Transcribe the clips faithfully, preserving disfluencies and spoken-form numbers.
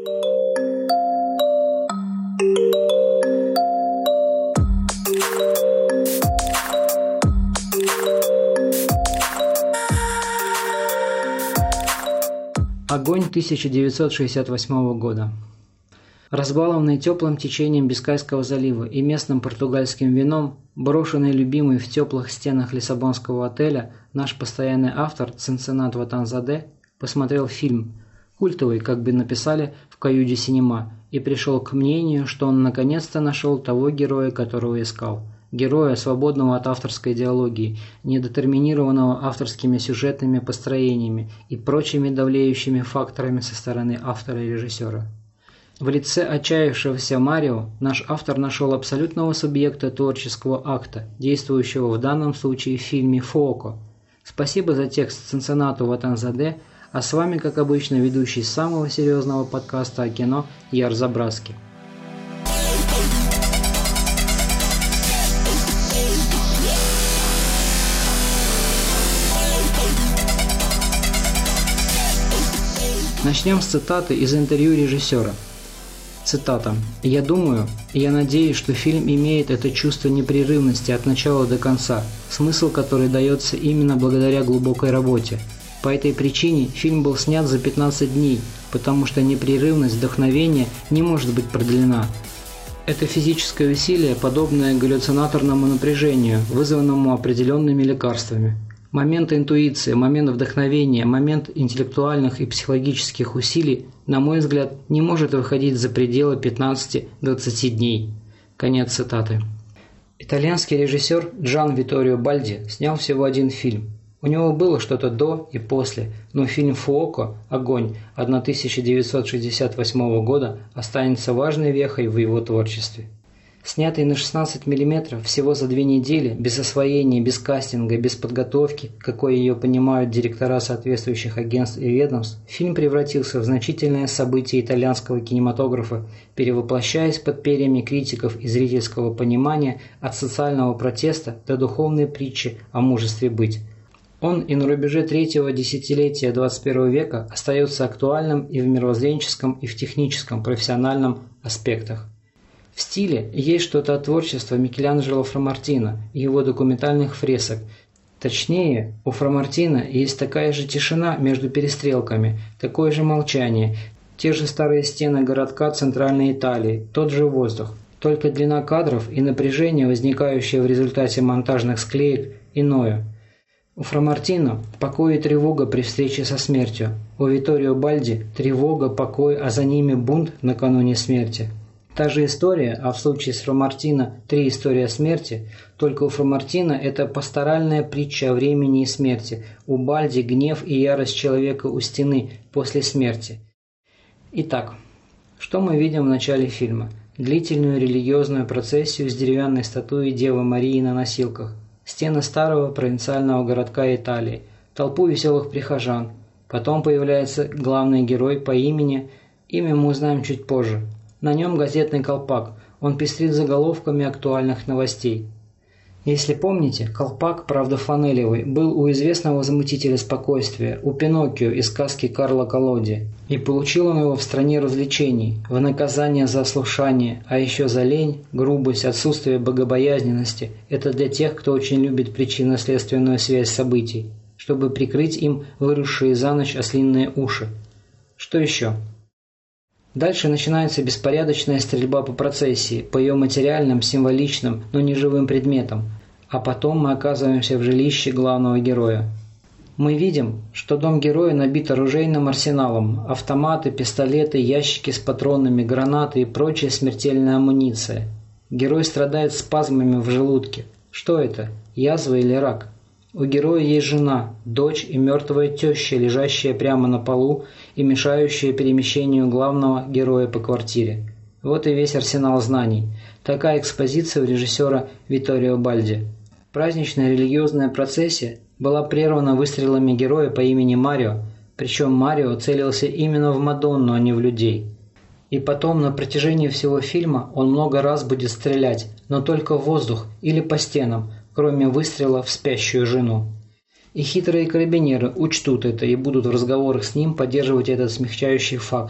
Огонь тысяча девятьсот шестьдесят восьмого года. Разбалованный теплым течением Бискайского залива и местным португальским вином, брошенный любимый в теплых стенах лиссабонского отеля, наш постоянный автор Цинциннат Ватанзаде посмотрел фильм, культовый, как бы написали в Каюде Синема, и пришел к мнению, что он наконец-то нашел того героя, которого искал. Героя, свободного от авторской идеологии, недетерминированного авторскими сюжетными построениями и прочими давлеющими факторами со стороны автора и режиссера. В лице отчаявшегося Марио наш автор нашел абсолютного субъекта творческого акта, действующего в данном случае в фильме «Фуоко». Спасибо за текст Цинциннату Ватанзаде, а с вами, как обычно, ведущий самого серьезного подкаста о кино Яр Забраски. Начнем с цитаты из интервью режиссера. Цитата. «Я думаю, я надеюсь, что фильм имеет это чувство непрерывности от начала до конца, смысл который дается именно благодаря глубокой работе. По этой причине фильм был снят за пятнадцать дней, потому что непрерывность вдохновения не может быть продлена. Это физическое усилие, подобное галлюцинаторному напряжению, вызванному определенными лекарствами. Момент интуиции, момент вдохновения, момент интеллектуальных и психологических усилий, на мой взгляд, не может выходить за пределы пятнадцати-двадцати дней». Конец цитаты. Итальянский режиссер Джан Витторио Бальди снял всего один фильм. У него было что-то до и после, но фильм «Фуоко. Огонь» тысяча девятьсот шестьдесят восьмого года останется важной вехой в его творчестве. Снятый на шестнадцать миллиметров всего за две недели, без освоения, без кастинга, без подготовки, какой ее понимают директора соответствующих агентств и ведомств, фильм превратился в значительное событие итальянского кинематографа, перевоплощаясь под перьями критиков и зрительского понимания от социального протеста до духовной притчи о мужестве быть. Он и на рубеже третьего десятилетия двадцать первого века остается актуальным и в мировоззренческом, и в техническом, профессиональном аспектах. В стиле есть что-то от творчества Микеланджело Фрамартино и его документальных фресок. Точнее, у Фрамартино есть такая же тишина между перестрелками, такое же молчание, те же старые стены городка Центральной Италии, тот же воздух. Только длина кадров и напряжение, возникающее в результате монтажных склеек, иное. У Фрамартино покой и тревога при встрече со смертью. У Витторио Бальди тревога, покой, а за ними бунт накануне смерти. Та же история, а в случае с Фрамартино три истории о смерти, только у Фрамартино это пасторальная притча о времени и смерти, у Бальди гнев и ярость человека у стены после смерти. Итак, что мы видим в начале фильма? Длительную религиозную процессию с деревянной статуей Девы Марии на носилках, стены старого провинциального городка Италии, толпу веселых прихожан. Потом появляется главный герой по имени, имя мы узнаем чуть позже. На нем газетный колпак, он пестрит заголовками актуальных новостей. Если помните, колпак, правда фланелевый, был у известного возмутителя спокойствия, у Пиноккио из сказки Карла Колоди, и получил он его в стране развлечений, в наказание за ослушание, а еще за лень, грубость, отсутствие богобоязненности. Это для тех, кто очень любит причинно-следственную связь событий, чтобы прикрыть им выросшие за ночь ослиные уши. Что еще? Дальше начинается беспорядочная стрельба по процессии, по ее материальным, символичным, но не живым предметам, а потом мы оказываемся в жилище главного героя. Мы видим, что дом героя набит оружейным арсеналом, автоматы, пистолеты, ящики с патронами, гранаты и прочая смертельная амуниция. Герой страдает спазмами в желудке. Что это? Язва или рак? У героя есть жена, дочь и мертвая теща, лежащая прямо на полу и мешающая перемещению главного героя по квартире. Вот и весь арсенал знаний. Такая экспозиция у режиссера Витторио Бальди. Праздничная религиозная процессия была прервана выстрелами героя по имени Марио, причем Марио целился именно в Мадонну, а не в людей. И потом на протяжении всего фильма он много раз будет стрелять, но только в воздух или по стенам, кроме выстрела в спящую жену. И хитрые карабинеры учтут это и будут в разговорах с ним поддерживать этот смягчающий факт.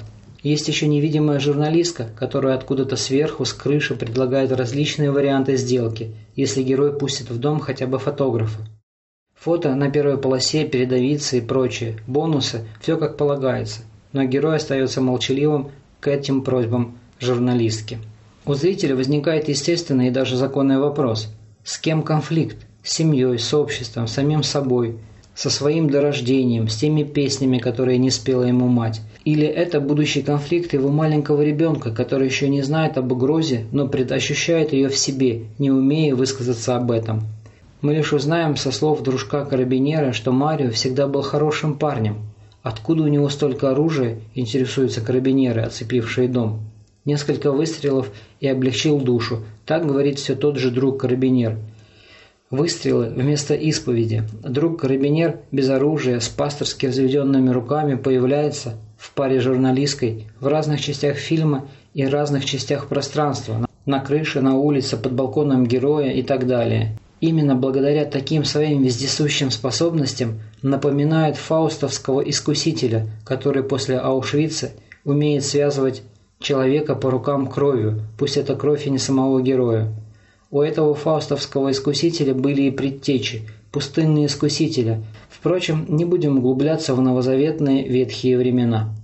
Есть еще невидимая журналистка, которая откуда-то сверху, с крыши предлагает различные варианты сделки, если герой пустит в дом хотя бы фотографа. Фото на первой полосе, передовицы и прочее, бонусы, все как полагается, но герой остается молчаливым к этим просьбам журналистки. У зрителя возникает естественный и даже законный вопрос: с кем конфликт? С семьей, с обществом, самим собой, со своим дорождением, с теми песнями, которые не спела ему мать? Или это будущий конфликт его маленького ребенка, который еще не знает об угрозе, но предощущает ее в себе, не умея высказаться об этом? Мы лишь узнаем со слов дружка-карабинера, что Марио всегда был хорошим парнем. Откуда у него столько оружия, интересуются карабинеры, оцепившие дом. Несколько выстрелов и облегчил душу, так говорит все тот же друг-карабинер. Выстрелы вместо исповеди. Друг-карабинер без оружия, с пасторски взведенными руками появляется в паре с журналисткой в разных частях фильма и разных частях пространства, на крыше, на улице, под балконом героя и так далее. Именно благодаря таким своим вездесущим способностям напоминает фаустовского искусителя, который после Аушвица умеет связывать человека по рукам кровью, пусть это кровь и не самого героя. У этого фаустовского искусителя были и предтечи, пустынные искусители. Впрочем, не будем углубляться в новозаветные ветхие времена.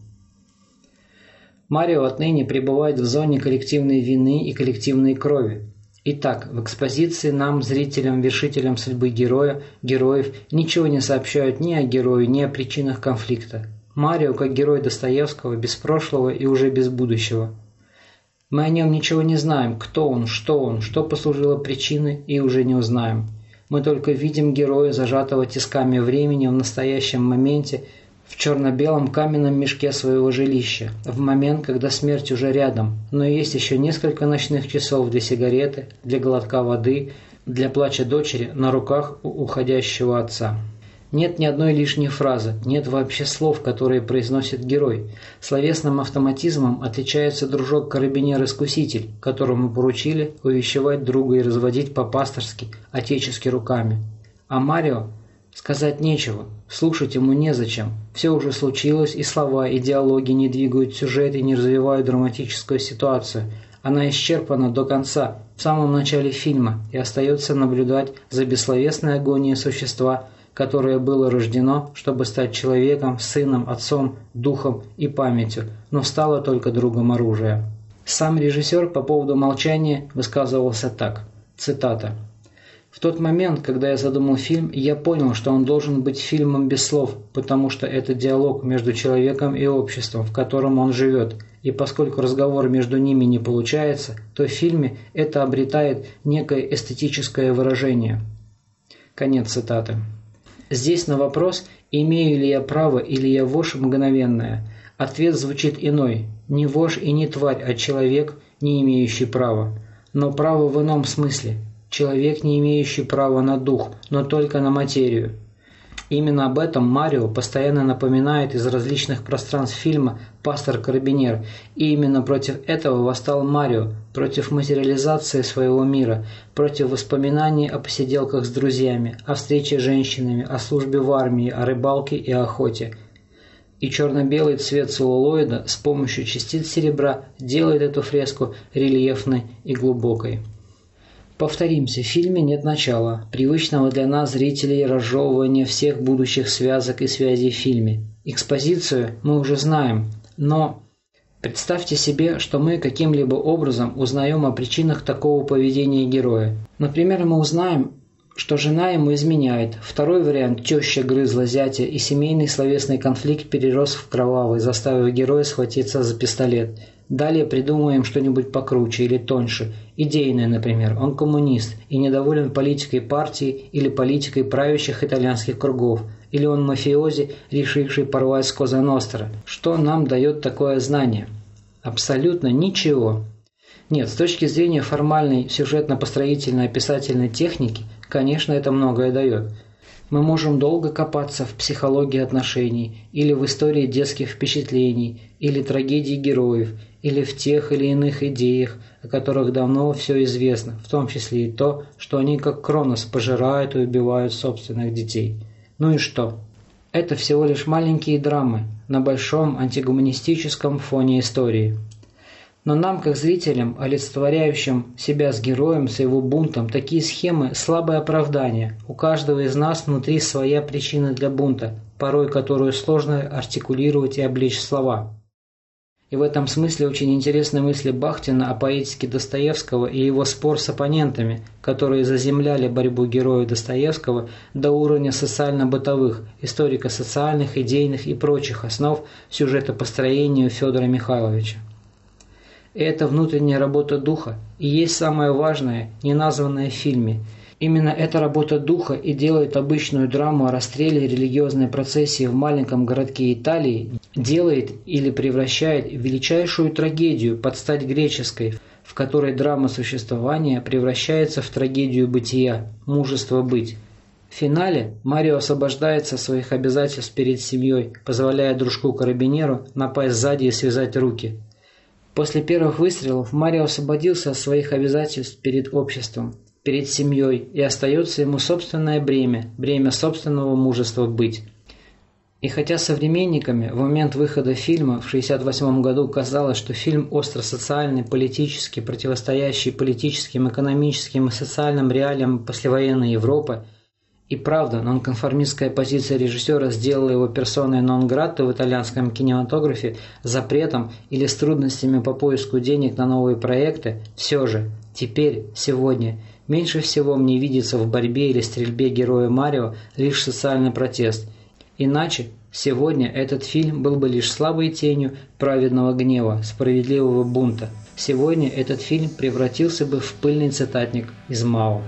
Марио отныне пребывает в зоне коллективной вины и коллективной крови. Итак, в экспозиции нам, зрителям, вершителям судьбы героя, героев, ничего не сообщают ни о герое, ни о причинах конфликта. Марио, как герой Достоевского, без прошлого и уже без будущего. Мы о нем ничего не знаем, кто он, что он, что послужило причиной, и уже не узнаем. Мы только видим героя, зажатого тисками времени в настоящем моменте, в черно-белом каменном мешке своего жилища, в момент, когда смерть уже рядом, но есть еще несколько ночных часов для сигареты, для глотка воды, для плача дочери на руках у уходящего отца. Нет ни одной лишней фразы, нет вообще слов, которые произносит герой. Словесным автоматизмом отличается дружок-карабинер-искуситель, которому поручили увещевать друга и разводить по-пасторски, отечески руками. А Марио? Сказать нечего, слушать ему незачем. Все уже случилось, и слова, и диалоги не двигают сюжет и не развивают драматическую ситуацию. Она исчерпана до конца, в самом начале фильма, и остается наблюдать за бессловесной агонией существа, которое было рождено, чтобы стать человеком, сыном, отцом, духом и памятью, но стало только другом оружия. Сам режиссер по поводу молчания высказывался так, цитата: «В тот момент, когда я задумал фильм, я понял, что он должен быть фильмом без слов, потому что это диалог между человеком и обществом, в котором он живет, и поскольку разговор между ними не получается, то в фильме это обретает некое эстетическое выражение». Конец цитаты. Здесь на вопрос, имею ли я право или я вошь мгновенная, ответ звучит иной: не вошь и не тварь, а человек, не имеющий права. Но право в ином смысле. Человек, не имеющий права на дух, но только на материю. Именно об этом Марио постоянно напоминает из различных пространств фильма «Пастор-карабинер», и именно против этого восстал Марио, против материализации своего мира, против воспоминаний о посиделках с друзьями, о встрече с женщинами, о службе в армии, о рыбалке и охоте. И черно-белый цвет целлулоида с помощью частиц серебра делает эту фреску рельефной и глубокой. Повторимся, в фильме нет начала, привычного для нас, зрителей, разжевывания всех будущих связок и связей в фильме. Экспозицию мы уже знаем, но представьте себе, что мы каким-либо образом узнаем о причинах такого поведения героя. Например, мы узнаем, что жена ему изменяет. Второй вариант – теща грызла зятя, и семейный словесный конфликт перерос в кровавый, заставив героя схватиться за пистолет. Далее придумаем что-нибудь покруче или тоньше. Идейное, например. Он коммунист и недоволен политикой партии или политикой правящих итальянских кругов. Или он мафиози, решивший порвать с Коза Ностра. Что нам дает такое знание? Абсолютно ничего. Нет, с точки зрения формальной сюжетно-построительной описательной техники, конечно, это многое дает. Мы можем долго копаться в психологии отношений, или в истории детских впечатлений, или трагедий героев, или в тех или иных идеях, о которых давно все известно, в том числе и то, что они как Кронос пожирают и убивают собственных детей. Ну и что? Это всего лишь маленькие драмы на большом антигуманистическом фоне истории. Но нам, как зрителям, олицетворяющим себя с героем, с его бунтом, такие схемы – слабое оправдание. У каждого из нас внутри своя причина для бунта, порой которую сложно артикулировать и облечь в слова. И в этом смысле очень интересны мысли Бахтина о поэтике Достоевского и его спор с оппонентами, которые заземляли борьбу героя Достоевского до уровня социально-бытовых, историко-социальных, идейных и прочих основ сюжетопостроения Федора Михайловича. И эта внутренняя работа духа и есть самое важное, не названное в фильме. Именно эта работа духа и делает обычную драму о расстреле и религиозной процессии в маленьком городке Италии, делает или превращает в величайшую трагедию под стать греческой, в которой драма существования превращается в трагедию бытия, мужество быть. В финале Марио освобождается от своих обязательств перед семьей, позволяя дружку-карабинеру напасть сзади и связать руки. После первых выстрелов Марио освободился от своих обязательств перед обществом, перед семьей, и остается ему собственное бремя, бремя собственного мужества быть. И хотя современниками в момент выхода фильма в шестьдесят восьмом году казалось, что фильм остро-социальный, политически, противостоящий политическим, экономическим и социальным реалиям послевоенной Европы, и правда, нонконформистская позиция режиссера сделала его персоной нон-грата в итальянском кинематографе, запретом или с трудностями по поиску денег на новые проекты, все же, теперь, сегодня, меньше всего мне видится в борьбе или стрельбе героя Марио лишь социальный протест. Иначе, сегодня этот фильм был бы лишь слабой тенью праведного гнева, справедливого бунта. Сегодня этот фильм превратился бы в пыльный цитатник из Мао.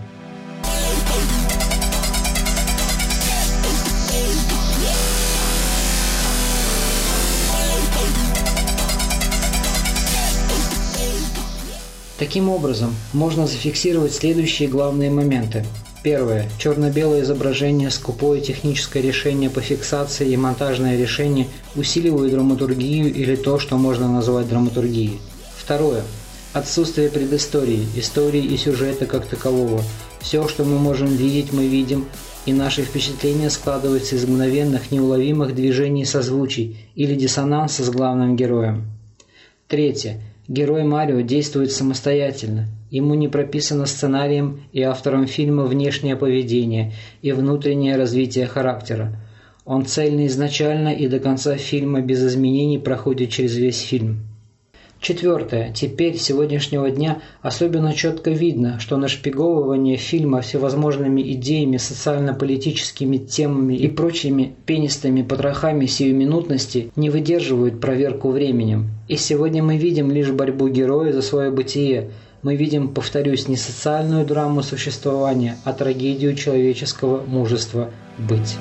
Таким образом, можно зафиксировать следующие главные моменты. Первое. Черно-белое изображение, скупое техническое решение по фиксации и монтажное решение усиливают драматургию или то, что можно назвать драматургией. Второе. Отсутствие предыстории, истории и сюжета как такового. Все, что мы можем видеть, мы видим, и наши впечатления складываются из мгновенных, неуловимых движений созвучий или диссонанса с главным героем. Третье. Герой Марио действует самостоятельно. Ему не прописано сценарием и автором фильма внешнее поведение и внутреннее развитие характера. Он цельно изначально и до конца фильма без изменений проходит через весь фильм. Четвертое. Теперь, с сегодняшнего дня, особенно четко видно, что нашпиговывание фильма всевозможными идеями, социально-политическими темами и прочими пенистыми потрохами сиюминутности не выдерживают проверку временем. И сегодня мы видим лишь борьбу героя за свое бытие. Мы видим, повторюсь, не социальную драму существования, а трагедию человеческого мужества быть.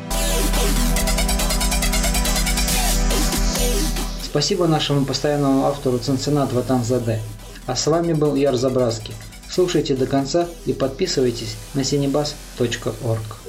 Спасибо нашему постоянному автору Ценцинат Ватанзаде. А с вами был Яр Забрасский. Слушайте до конца и подписывайтесь на синебас точка орг.